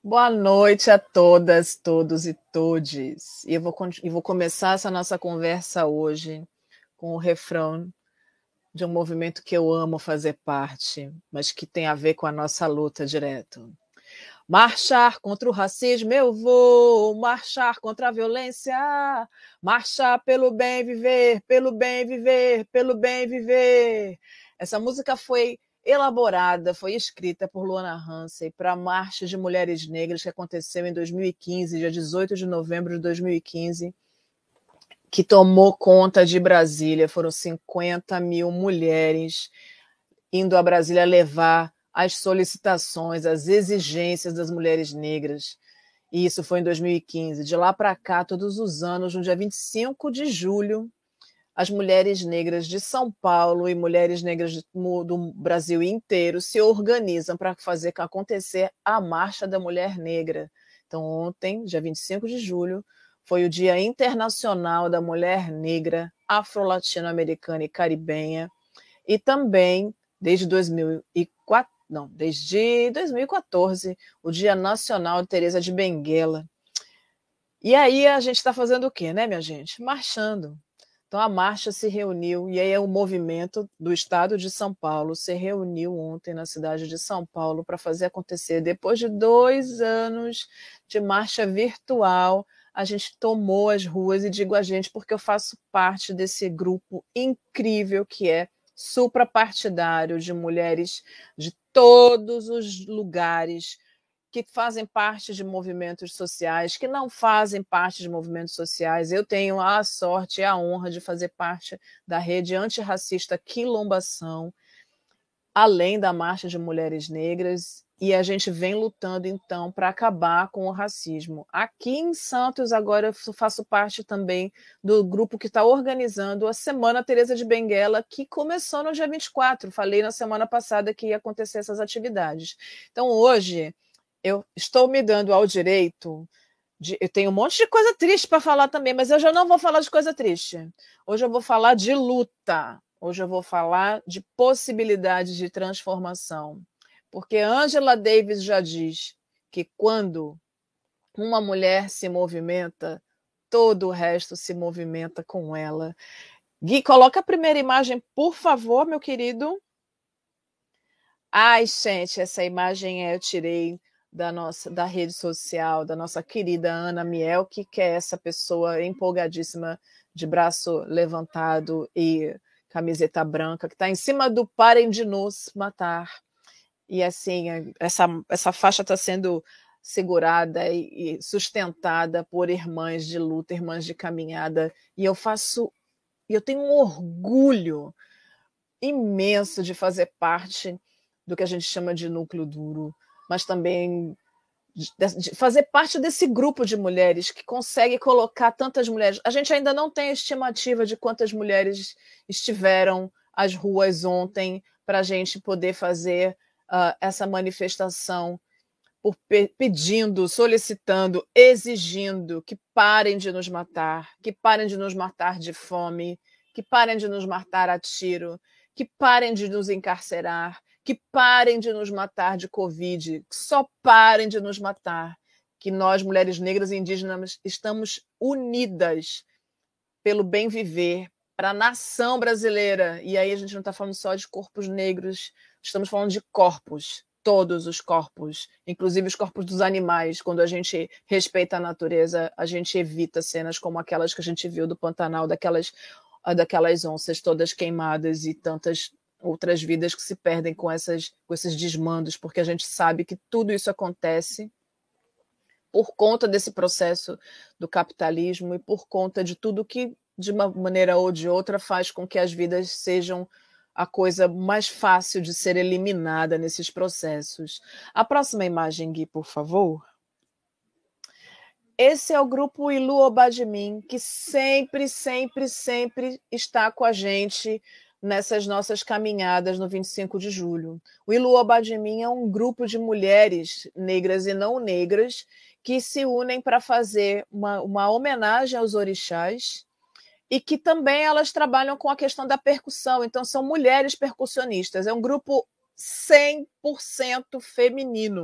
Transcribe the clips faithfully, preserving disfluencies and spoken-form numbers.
Boa noite a todas, todos e todes. E eu vou, e vou começar essa nossa conversa hoje com o refrão de um movimento que eu amo fazer parte, mas que tem a ver com a nossa luta direto. Marchar contra o racismo eu vou, marchar contra a violência, marchar pelo bem viver, pelo bem viver, pelo bem viver. Essa música foi elaborada, foi escrita por Luana Hansen para a Marcha de Mulheres Negras que aconteceu em dois mil e quinze, dia dezoito de novembro de dois mil e quinze, que tomou conta de Brasília. Foram cinquenta mil mulheres indo a Brasília levar as solicitações, as exigências das mulheres negras. E isso foi em dois mil e quinze. De lá para cá, todos os anos, no dia vinte e cinco de julho, as mulheres negras de São Paulo e mulheres negras do Brasil inteiro se organizam para fazer acontecer a Marcha da Mulher Negra. Então, ontem, dia vinte e cinco de julho, foi o Dia Internacional da Mulher Negra, Afro-Latino-Americana e Caribenha, e também, desde dois mil e quatro, não, desde dois mil e quatorze, o Dia Nacional de Teresa de Benguela. E aí a gente está fazendo o quê, né, minha gente? Marchando. Então a marcha se reuniu, e aí é o movimento do estado de São Paulo se reuniu ontem na cidade de São Paulo para fazer acontecer. Depois de dois anos de marcha virtual, a gente tomou as ruas, e digo a gente porque eu faço parte desse grupo incrível que é suprapartidário de mulheres de todos os lugares, que fazem parte de movimentos sociais, que não fazem parte de movimentos sociais. Eu tenho a sorte e a honra de fazer parte da rede antirracista Quilombação, além da Marcha de Mulheres Negras, e a gente vem lutando, então, para acabar com o racismo. Aqui em Santos, agora eu faço parte também do grupo que está organizando a Semana Teresa de Benguela, que começou no dia vinte e quatro. Falei na semana passada que ia acontecer essas atividades. Então, hoje, eu estou me dando ao direito de... Eu tenho um monte de coisa triste para falar também, mas eu já não vou falar de coisa triste. Hoje eu vou falar de luta. Hoje eu vou falar de possibilidades de transformação. Porque Angela Davis já diz que quando uma mulher se movimenta, todo o resto se movimenta com ela. Gui, coloca a primeira imagem, por favor, meu querido. Ai, gente, essa imagem eu tirei da nossa da rede social, da nossa querida Ana Miel, que é essa pessoa empolgadíssima, de braço levantado e camiseta branca, que está em cima do Parem de Nos Matar. E assim, essa, essa faixa está sendo segurada e, e sustentada por irmãs de luta, irmãs de caminhada, e eu faço, eu tenho um orgulho imenso de fazer parte do que a gente chama de núcleo duro, mas também de fazer parte desse grupo de mulheres que consegue colocar tantas mulheres. A gente ainda não tem estimativa de quantas mulheres estiveram às ruas ontem para a gente poder fazer uh, essa manifestação, por pe- pedindo, solicitando, exigindo que parem de nos matar, que parem de nos matar de fome, que parem de nos matar a tiro, que parem de nos encarcerar, que parem de nos matar de Covid, que só parem de nos matar, que nós, mulheres negras e indígenas, estamos unidas pelo bem viver, para a nação brasileira. E aí a gente não está falando só de corpos negros, estamos falando de corpos, todos os corpos, inclusive os corpos dos animais. Quando a gente respeita a natureza, a gente evita cenas como aquelas que a gente viu do Pantanal, daquelas, daquelas onças todas queimadas e tantas outras vidas que se perdem com, essas, com esses desmandos, porque a gente sabe que tudo isso acontece por conta desse processo do capitalismo e por conta de tudo que, de uma maneira ou de outra, faz com que as vidas sejam a coisa mais fácil de ser eliminada nesses processos. A próxima imagem, Gui, por favor. Esse é o grupo Ilu Obadimim, que sempre, sempre, sempre está com a gente nessas nossas caminhadas no vinte e cinco de julho. O Ilu Obadimim é um grupo de mulheres negras e não negras que se unem para fazer uma, uma homenagem aos orixás, e que também elas trabalham com a questão da percussão. Então, são mulheres percussionistas. É um grupo cem por cento feminino.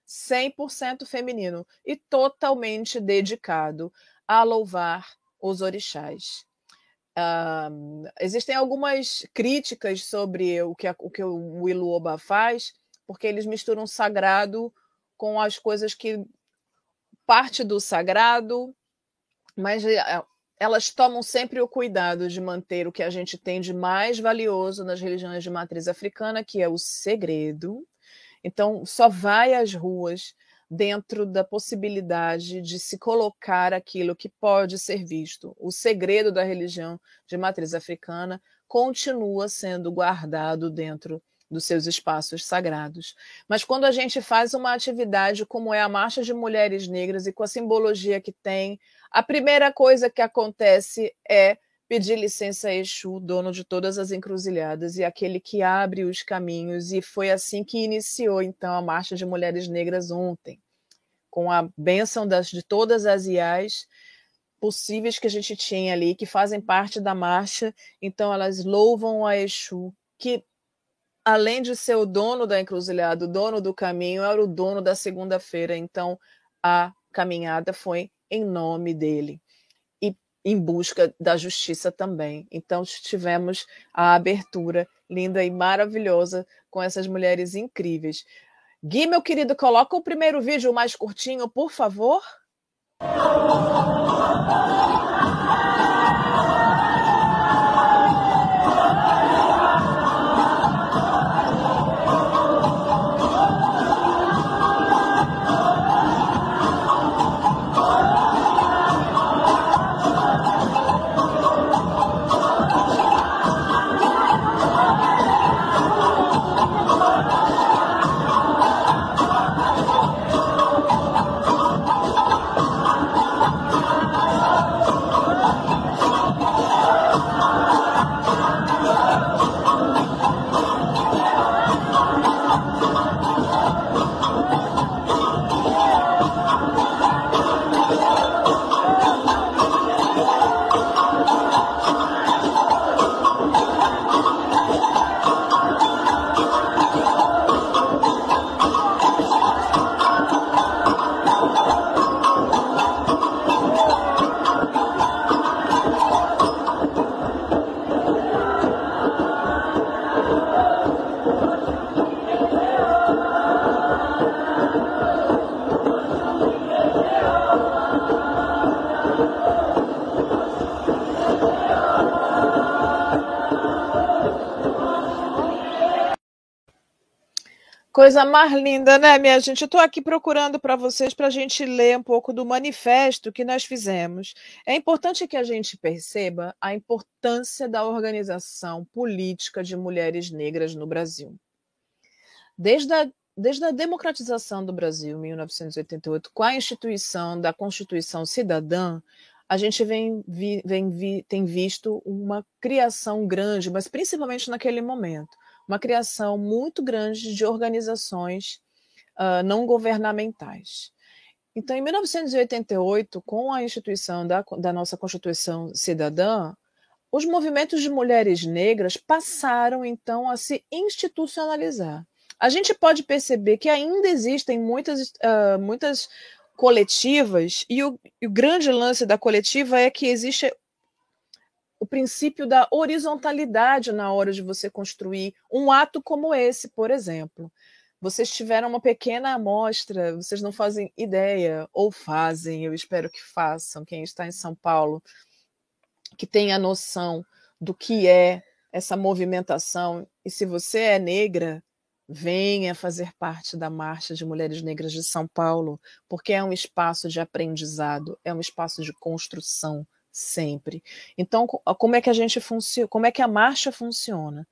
cem por cento feminino e totalmente dedicado a louvar os orixás. Uh, existem algumas críticas sobre o que, a, o que o Iluoba faz, porque eles misturam sagrado com as coisas que parte do sagrado, mas elas tomam sempre o cuidado de manter o que a gente tem de mais valioso nas religiões de matriz africana, que é o segredo. Então, só vai às ruas dentro da possibilidade de se colocar aquilo que pode ser visto. O segredo da religião de matriz africana continua sendo guardado dentro dos seus espaços sagrados. Mas quando a gente faz uma atividade como é a Marcha de Mulheres Negras e com a simbologia que tem, a primeira coisa que acontece é pedir licença a Exu, dono de todas as encruzilhadas e aquele que abre os caminhos, e foi assim que iniciou então a Marcha de Mulheres Negras ontem, com a bênção das, de todas as I As possíveis que a gente tinha ali, que fazem parte da marcha. Então elas louvam a Exu, que além de ser o dono da encruzilhada, o dono do caminho, era o dono da segunda-feira. Então a caminhada foi em nome dele, em busca da justiça também. Então tivemos a abertura linda e maravilhosa com essas mulheres incríveis. Gui, meu querido, coloca o primeiro vídeo mais curtinho, por favor. Coisa mais linda, né, minha gente? Eu estou aqui procurando para vocês, para a gente ler um pouco do manifesto que nós fizemos. É importante que a gente perceba a importância da organização política de mulheres negras no Brasil. Desde a, desde a democratização do Brasil, em mil novecentos e oitenta e oito, com a instituição da Constituição Cidadã, a gente vem, vi, vem vi, tem visto uma criação grande, mas principalmente naquele momento, uma criação muito grande de organizações uh, não governamentais. Então, em mil novecentos e oitenta e oito, com a instituição da, da nossa Constituição Cidadã, os movimentos de mulheres negras passaram, então, a se institucionalizar. A gente pode perceber que ainda existem muitas, uh, muitas coletivas, e o, e o grande lance da coletiva é que existe o princípio da horizontalidade na hora de você construir um ato como esse, por exemplo. Vocês tiveram uma pequena amostra, vocês não fazem ideia, ou fazem, eu espero que façam, quem está em São Paulo, que tenha noção do que é essa movimentação. E se você é negra, venha fazer parte da Marcha de Mulheres Negras de São Paulo, porque é um espaço de aprendizado, é um espaço de construção, sempre. Então, como é que a gente funciona? Como é que a marcha funciona?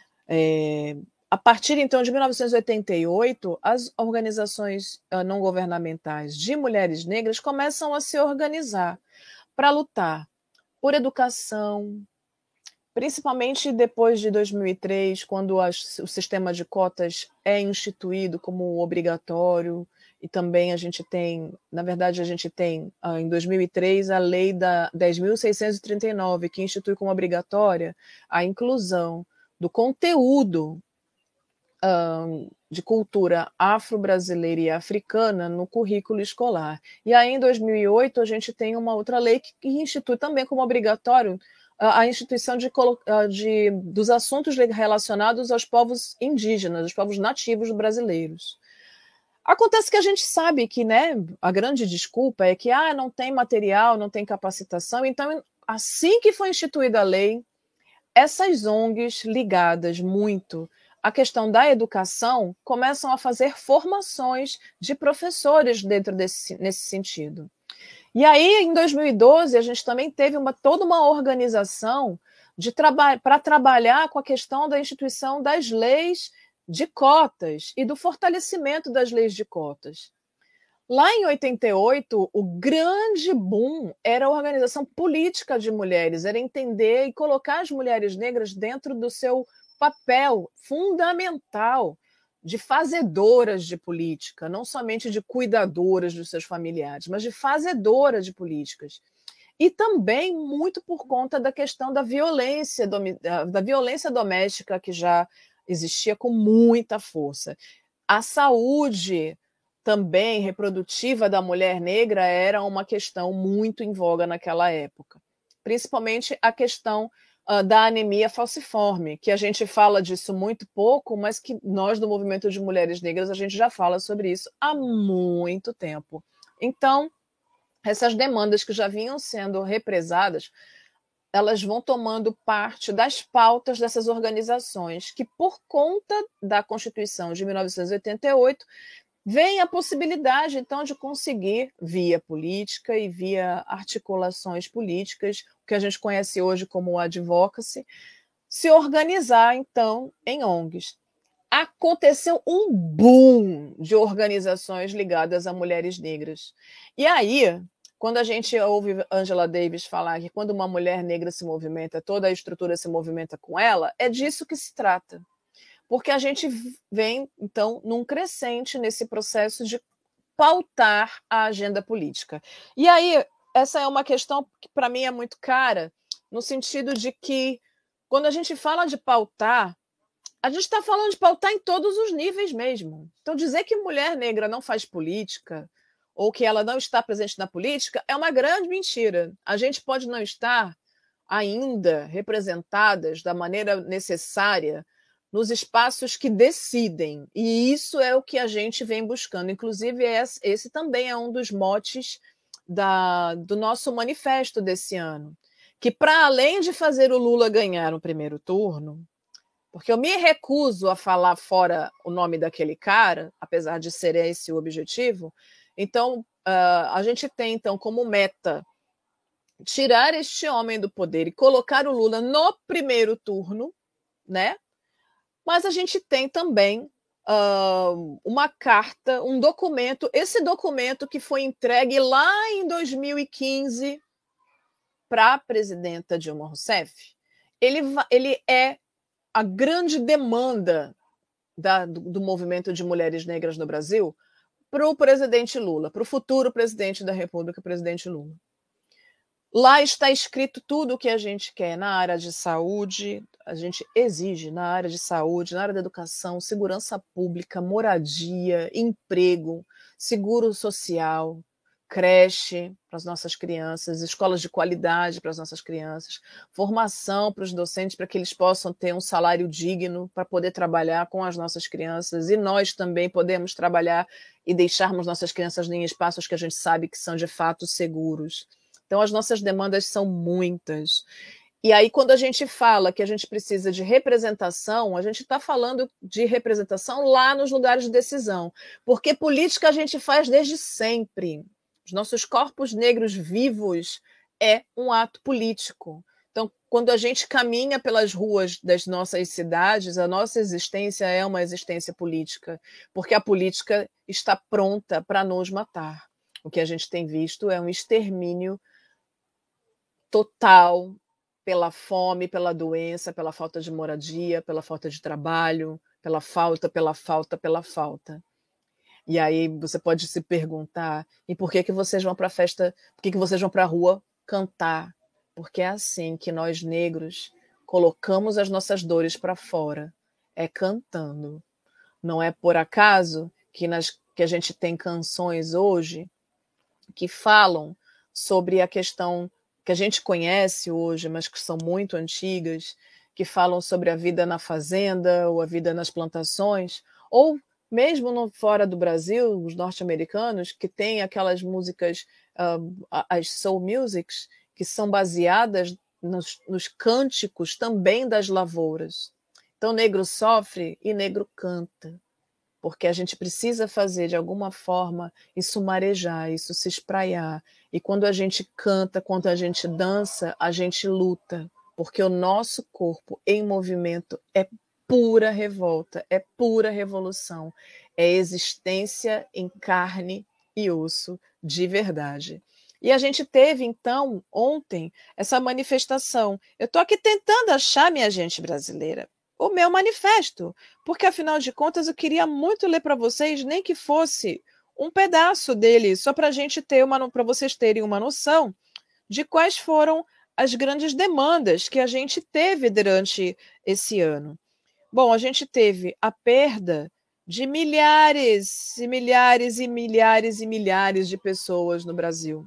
É, a partir então de mil novecentos e oitenta e oito, as organizações uh, não governamentais de mulheres negras começam a se organizar para lutar por educação, principalmente depois de dois mil e três, quando as, o sistema de cotas é instituído como obrigatório. E também a gente tem, na verdade, a gente tem, em dois mil e três, a lei da dez mil seiscentos e trinta e nove, que institui como obrigatória a inclusão do conteúdo um, de cultura afro-brasileira e africana no currículo escolar. E aí, em dois mil e oito, a gente tem uma outra lei que institui também como obrigatório a instituição de, de, dos assuntos relacionados aos povos indígenas, aos povos nativos brasileiros. Acontece que a gente sabe que, né, a grande desculpa é que ah, não tem material, não tem capacitação. Então, assim que foi instituída a lei, essas O N Gs ligadas muito à questão da educação começam a fazer formações de professores dentro desse nesse sentido. E aí, em dois mil e doze, a gente também teve uma, toda uma organização de traba- para trabalhar com a questão da instituição das leis de cotas e do fortalecimento das leis de cotas. Lá em oitenta e oito, o grande boom era a organização política de mulheres, era entender e colocar as mulheres negras dentro do seu papel fundamental de fazedoras de política, não somente de cuidadoras dos seus familiares, mas de fazedoras de políticas. E também muito por conta da questão da violência, da violência doméstica que já existia com muita força. A saúde também reprodutiva da mulher negra era uma questão muito em voga naquela época, principalmente a questão uh, da anemia falciforme, que a gente fala disso muito pouco, mas que nós do movimento de mulheres negras a gente já fala sobre isso há muito tempo. Então, essas demandas que já vinham sendo represadas, elas vão tomando parte das pautas dessas organizações, que por conta da Constituição de mil novecentos e oitenta e oito, vem a possibilidade, então, de conseguir, via política e via articulações políticas, o que a gente conhece hoje como advocacy, se organizar, então, em O N Gs. Aconteceu um boom de organizações ligadas a mulheres negras. E aí, quando a gente ouve Angela Davis falar que quando uma mulher negra se movimenta, toda a estrutura se movimenta com ela, é disso que se trata. Porque a gente vem, então, num crescente nesse processo de pautar a agenda política. E aí, essa é uma questão que, para mim, é muito cara, no sentido de que, quando a gente fala de pautar, a gente está falando de pautar em todos os níveis mesmo. Então, dizer que mulher negra não faz política, ou que ela não está presente na política, é uma grande mentira. A gente pode não estar ainda representadas da maneira necessária nos espaços que decidem, e isso é o que a gente vem buscando. Inclusive, esse também é um dos motes da, do nosso manifesto desse ano, que para além de fazer o Lula ganhar no primeiro turno, porque eu me recuso a falar fora o nome daquele cara, apesar de ser esse o objetivo, então uh, a gente tem então como meta tirar este homem do poder e colocar o Lula no primeiro turno, né? Mas a gente tem também uh, uma carta, um documento, esse documento que foi entregue lá em dois mil e quinze para a presidenta Dilma Rousseff, ele, ele é a grande demanda da, do, do movimento de mulheres negras no Brasil para o presidente Lula, para o futuro presidente da República, presidente Lula. Lá está escrito tudo o que a gente quer na área de saúde, a gente exige na área de saúde, na área da educação, segurança pública, moradia, emprego, seguro social, creche para as nossas crianças, escolas de qualidade para as nossas crianças, formação para os docentes para que eles possam ter um salário digno para poder trabalhar com as nossas crianças, e nós também podemos trabalhar e deixarmos nossas crianças em espaços que a gente sabe que são de fato seguros. Então, as nossas demandas são muitas. E aí, quando a gente fala que a gente precisa de representação, a gente está falando de representação lá nos lugares de decisão. Porque política a gente faz desde sempre. Os nossos corpos negros vivos é um ato político. Então, quando a gente caminha pelas ruas das nossas cidades, a nossa existência é uma existência política. Porque a política está pronta para nos matar. O que a gente tem visto é um extermínio total pela fome, pela doença, pela falta de moradia, pela falta de trabalho, pela falta, pela falta, pela falta. E aí você pode se perguntar, e por que que vocês vão para a festa, por que que vocês vão para a rua cantar? Porque é assim que nós negros colocamos as nossas dores para fora, é cantando. Não é por acaso que, nas, que a gente tem canções hoje que falam sobre a questão que a gente conhece hoje, mas que são muito antigas, que falam sobre a vida na fazenda ou a vida nas plantações, ou mesmo no, fora do Brasil, os norte-americanos, que têm aquelas músicas, uh, as soul musics, que são baseadas nos, nos cânticos também das lavouras. Então, negro sofre e negro canta, porque a gente precisa fazer, de alguma forma, isso marejar, isso se espraiar. E quando a gente canta, quando a gente dança, a gente luta, porque o nosso corpo em movimento é pura revolta, é pura revolução, é existência em carne e osso de verdade. E a gente teve, então, ontem, essa manifestação. Eu estou aqui tentando achar, minha gente brasileira, o meu manifesto, porque, afinal de contas, eu queria muito ler para vocês, nem que fosse um pedaço dele, só para a gente ter uma, para vocês terem uma noção de quais foram as grandes demandas que a gente teve durante esse ano. Bom, a gente teve a perda de milhares e milhares e milhares e milhares de pessoas no Brasil.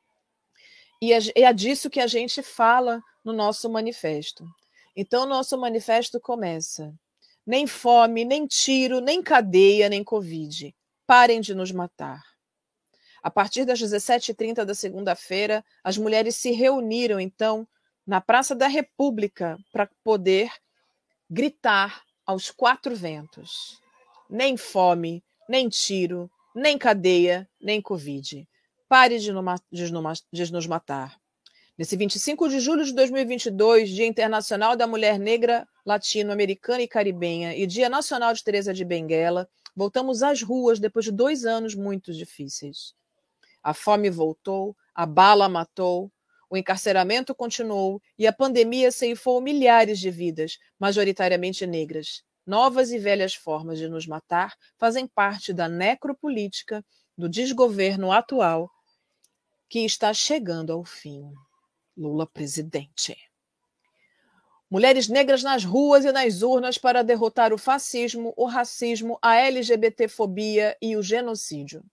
E é disso que a gente fala no nosso manifesto. Então, o nosso manifesto começa: nem fome, nem tiro, nem cadeia, nem Covid. Parem de nos matar. A partir das dezessete e trinta da segunda-feira, as mulheres se reuniram, então, na Praça da República para poder gritar aos quatro ventos: nem fome, nem tiro, nem cadeia, nem Covid. Pare de, no, de, de nos matar. Nesse vinte e cinco de julho de dois mil e vinte e dois, Dia Internacional da Mulher Negra, Latino-Americana e Caribenha e Dia Nacional de Teresa de Benguela, voltamos às ruas depois de dois anos muito difíceis. A fome voltou, a bala matou, o encarceramento continuou e a pandemia ceifou milhares de vidas, majoritariamente negras. Novas e velhas formas de nos matar fazem parte da necropolítica do desgoverno atual que está chegando ao fim. Lula presidente. Mulheres negras nas ruas e nas urnas para derrotar o fascismo, o racismo, a LGBTfobia e o genocídio.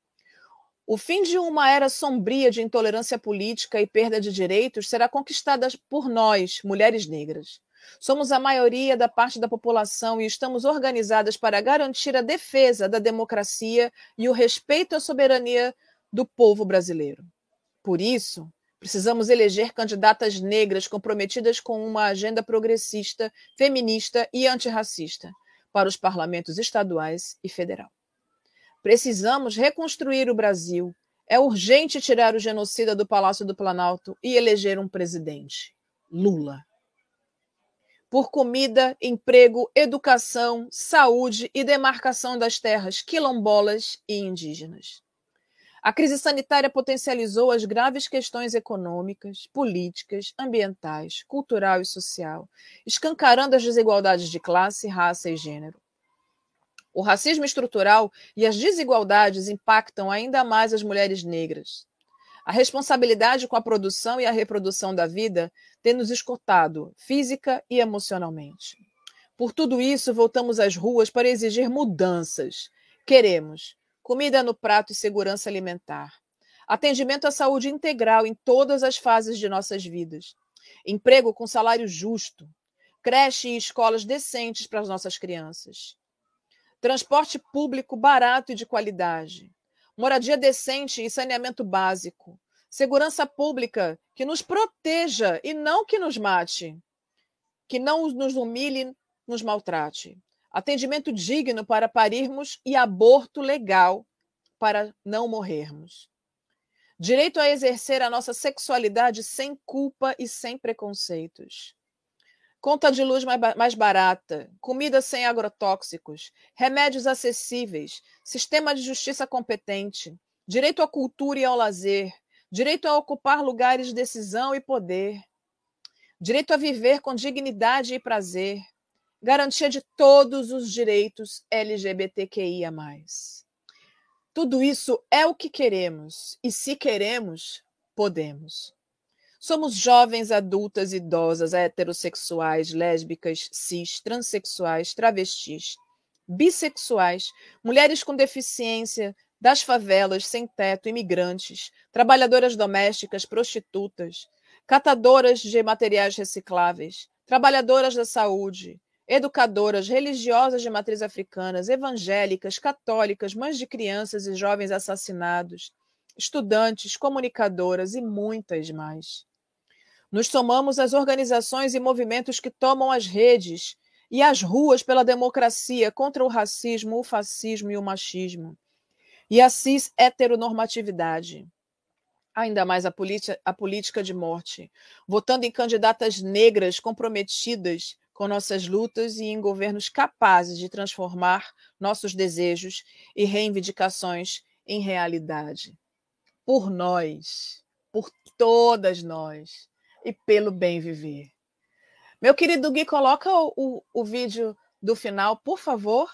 O fim de uma era sombria de intolerância política e perda de direitos será conquistada por nós, mulheres negras. Somos a maioria da parte da população e estamos organizadas para garantir a defesa da democracia e o respeito à soberania do povo brasileiro. Por isso, precisamos eleger candidatas negras comprometidas com uma agenda progressista, feminista e antirracista para os parlamentos estaduais e federal. Precisamos reconstruir o Brasil. É urgente tirar o genocida do Palácio do Planalto e eleger um presidente. Lula. Por comida, emprego, educação, saúde e demarcação das terras quilombolas e indígenas. A crise sanitária potencializou as graves questões econômicas, políticas, ambientais, cultural e social, escancarando as desigualdades de classe, raça e gênero. O racismo estrutural e as desigualdades impactam ainda mais as mulheres negras. A responsabilidade com a produção e a reprodução da vida tem nos esgotado, física e emocionalmente. Por tudo isso, voltamos às ruas para exigir mudanças. Queremos comida no prato e segurança alimentar, atendimento à saúde integral em todas as fases de nossas vidas, emprego com salário justo, creche e escolas decentes para as nossas crianças, transporte público barato e de qualidade, moradia decente e saneamento básico, segurança pública que nos proteja e não que nos mate, que não nos humilhe, nos maltrate, atendimento digno para parirmos e aborto legal para não morrermos. Direito a exercer a nossa sexualidade sem culpa e sem preconceitos. Conta de luz mais barata, comida sem agrotóxicos, remédios acessíveis, sistema de justiça competente, direito à cultura e ao lazer, direito a ocupar lugares de decisão e poder, direito a viver com dignidade e prazer, garantia de todos os direitos L G B T Q I A mais. Tudo isso é o que queremos, e se queremos, podemos. Somos jovens, adultas, idosas, heterossexuais, lésbicas, cis, transexuais, travestis, bissexuais, mulheres com deficiência, das favelas, sem teto, imigrantes, trabalhadoras domésticas, prostitutas, catadoras de materiais recicláveis, trabalhadoras da saúde, educadoras, religiosas de matriz africanas, evangélicas, católicas, mães de crianças e jovens assassinados, estudantes, comunicadoras e muitas mais. Nos somamos às organizações e movimentos que tomam as redes e as ruas pela democracia contra o racismo, o fascismo e o machismo. E a cis-heteronormatividade. Ainda mais a, a política de morte, votando em candidatas negras comprometidas com nossas lutas e em governos capazes de transformar nossos desejos e reivindicações em realidade. Por nós, por todas nós e pelo bem viver. Meu querido Gui, coloca o, o, o vídeo do final, por favor.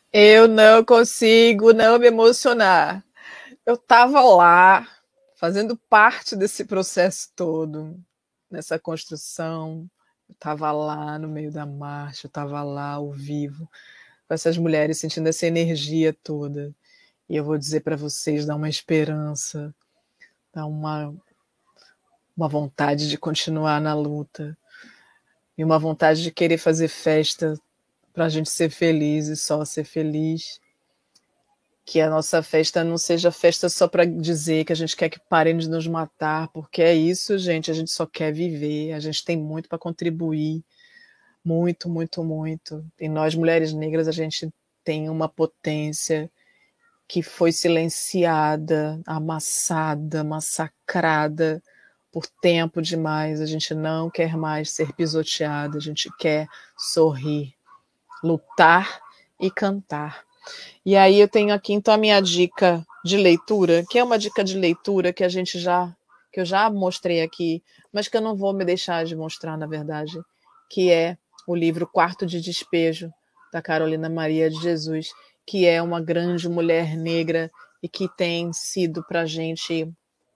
Eu não consigo não me emocionar. Eu estava lá, fazendo parte desse processo todo, nessa construção. Eu estava lá no meio da marcha, eu estava lá ao vivo, com essas mulheres sentindo essa energia toda. E eu vou dizer para vocês, dá uma esperança, dá uma, uma vontade de continuar na luta, e uma vontade de querer fazer festa para a gente ser feliz e só ser feliz. Que a nossa festa não seja festa só para dizer que a gente quer que parem de nos matar, porque é isso, gente, a gente só quer viver, a gente tem muito para contribuir, muito, muito, muito. E nós, mulheres negras, a gente tem uma potência que foi silenciada, amassada, massacrada por tempo demais. A gente não quer mais ser pisoteada, a gente quer sorrir, lutar e cantar. E aí eu tenho aqui então a minha dica de leitura, que é uma dica de leitura que a gente já que eu já mostrei aqui, mas que eu não vou me deixar de mostrar, na verdade, que é o livro Quarto de Despejo, da Carolina Maria de Jesus, que é uma grande mulher negra e que tem sido para a gente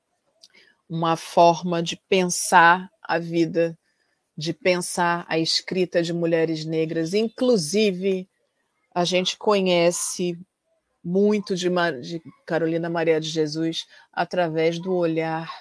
uma forma de pensar a vida, de pensar a escrita de mulheres negras. Inclusive, a gente conhece muito de, de Carolina Maria de Jesus através do olhar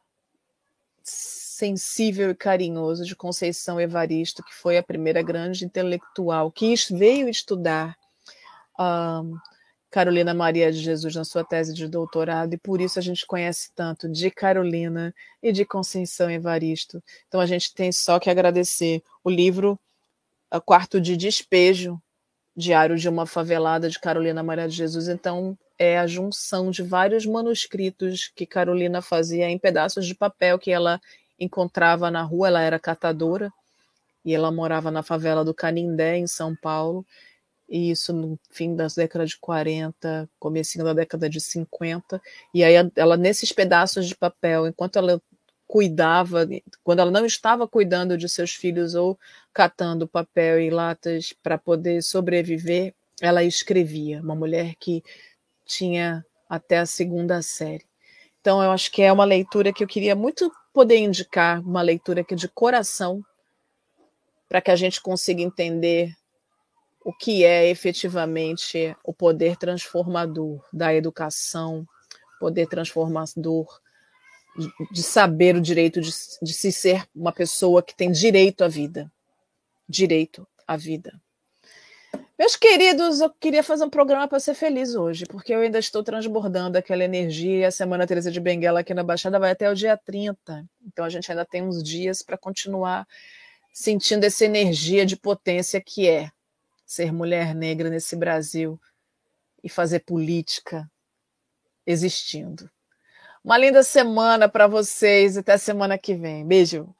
sensível e carinhoso de Conceição Evaristo, que foi a primeira grande intelectual que veio estudar um, Carolina Maria de Jesus na sua tese de doutorado, e por isso a gente conhece tanto de Carolina e de Conceição Evaristo. Então a gente tem só que agradecer o livro Quarto de Despejo, Diário de uma Favelada, de Carolina Maria de Jesus. Então, é a junção de vários manuscritos que Carolina fazia em pedaços de papel que ela encontrava na rua. Ela era catadora e ela morava na favela do Canindé, em São Paulo, e isso no fim das décadas de quarenta, comecinho da década de cinquenta. E aí ela, nesses pedaços de papel, enquanto ela cuidava, quando ela não estava cuidando de seus filhos ou catando papel e latas para poder sobreviver, ela escrevia. Uma mulher que tinha até a segunda série. Então, eu acho que é uma leitura que eu queria muito poder indicar, uma leitura que de coração, para que a gente consiga entender o que é efetivamente o poder transformador da educação, poder transformador de saber o direito de, de se ser uma pessoa que tem direito à vida. Direito à vida. Meus queridos, eu queria fazer um programa para ser feliz hoje, porque eu ainda estou transbordando aquela energia, e a Semana Teresa de Benguela aqui na Baixada vai até o dia trinta. Então a gente ainda tem uns dias para continuar sentindo essa energia de potência que é ser mulher negra nesse Brasil e fazer política existindo. Uma linda semana para vocês e até semana que vem. Beijo.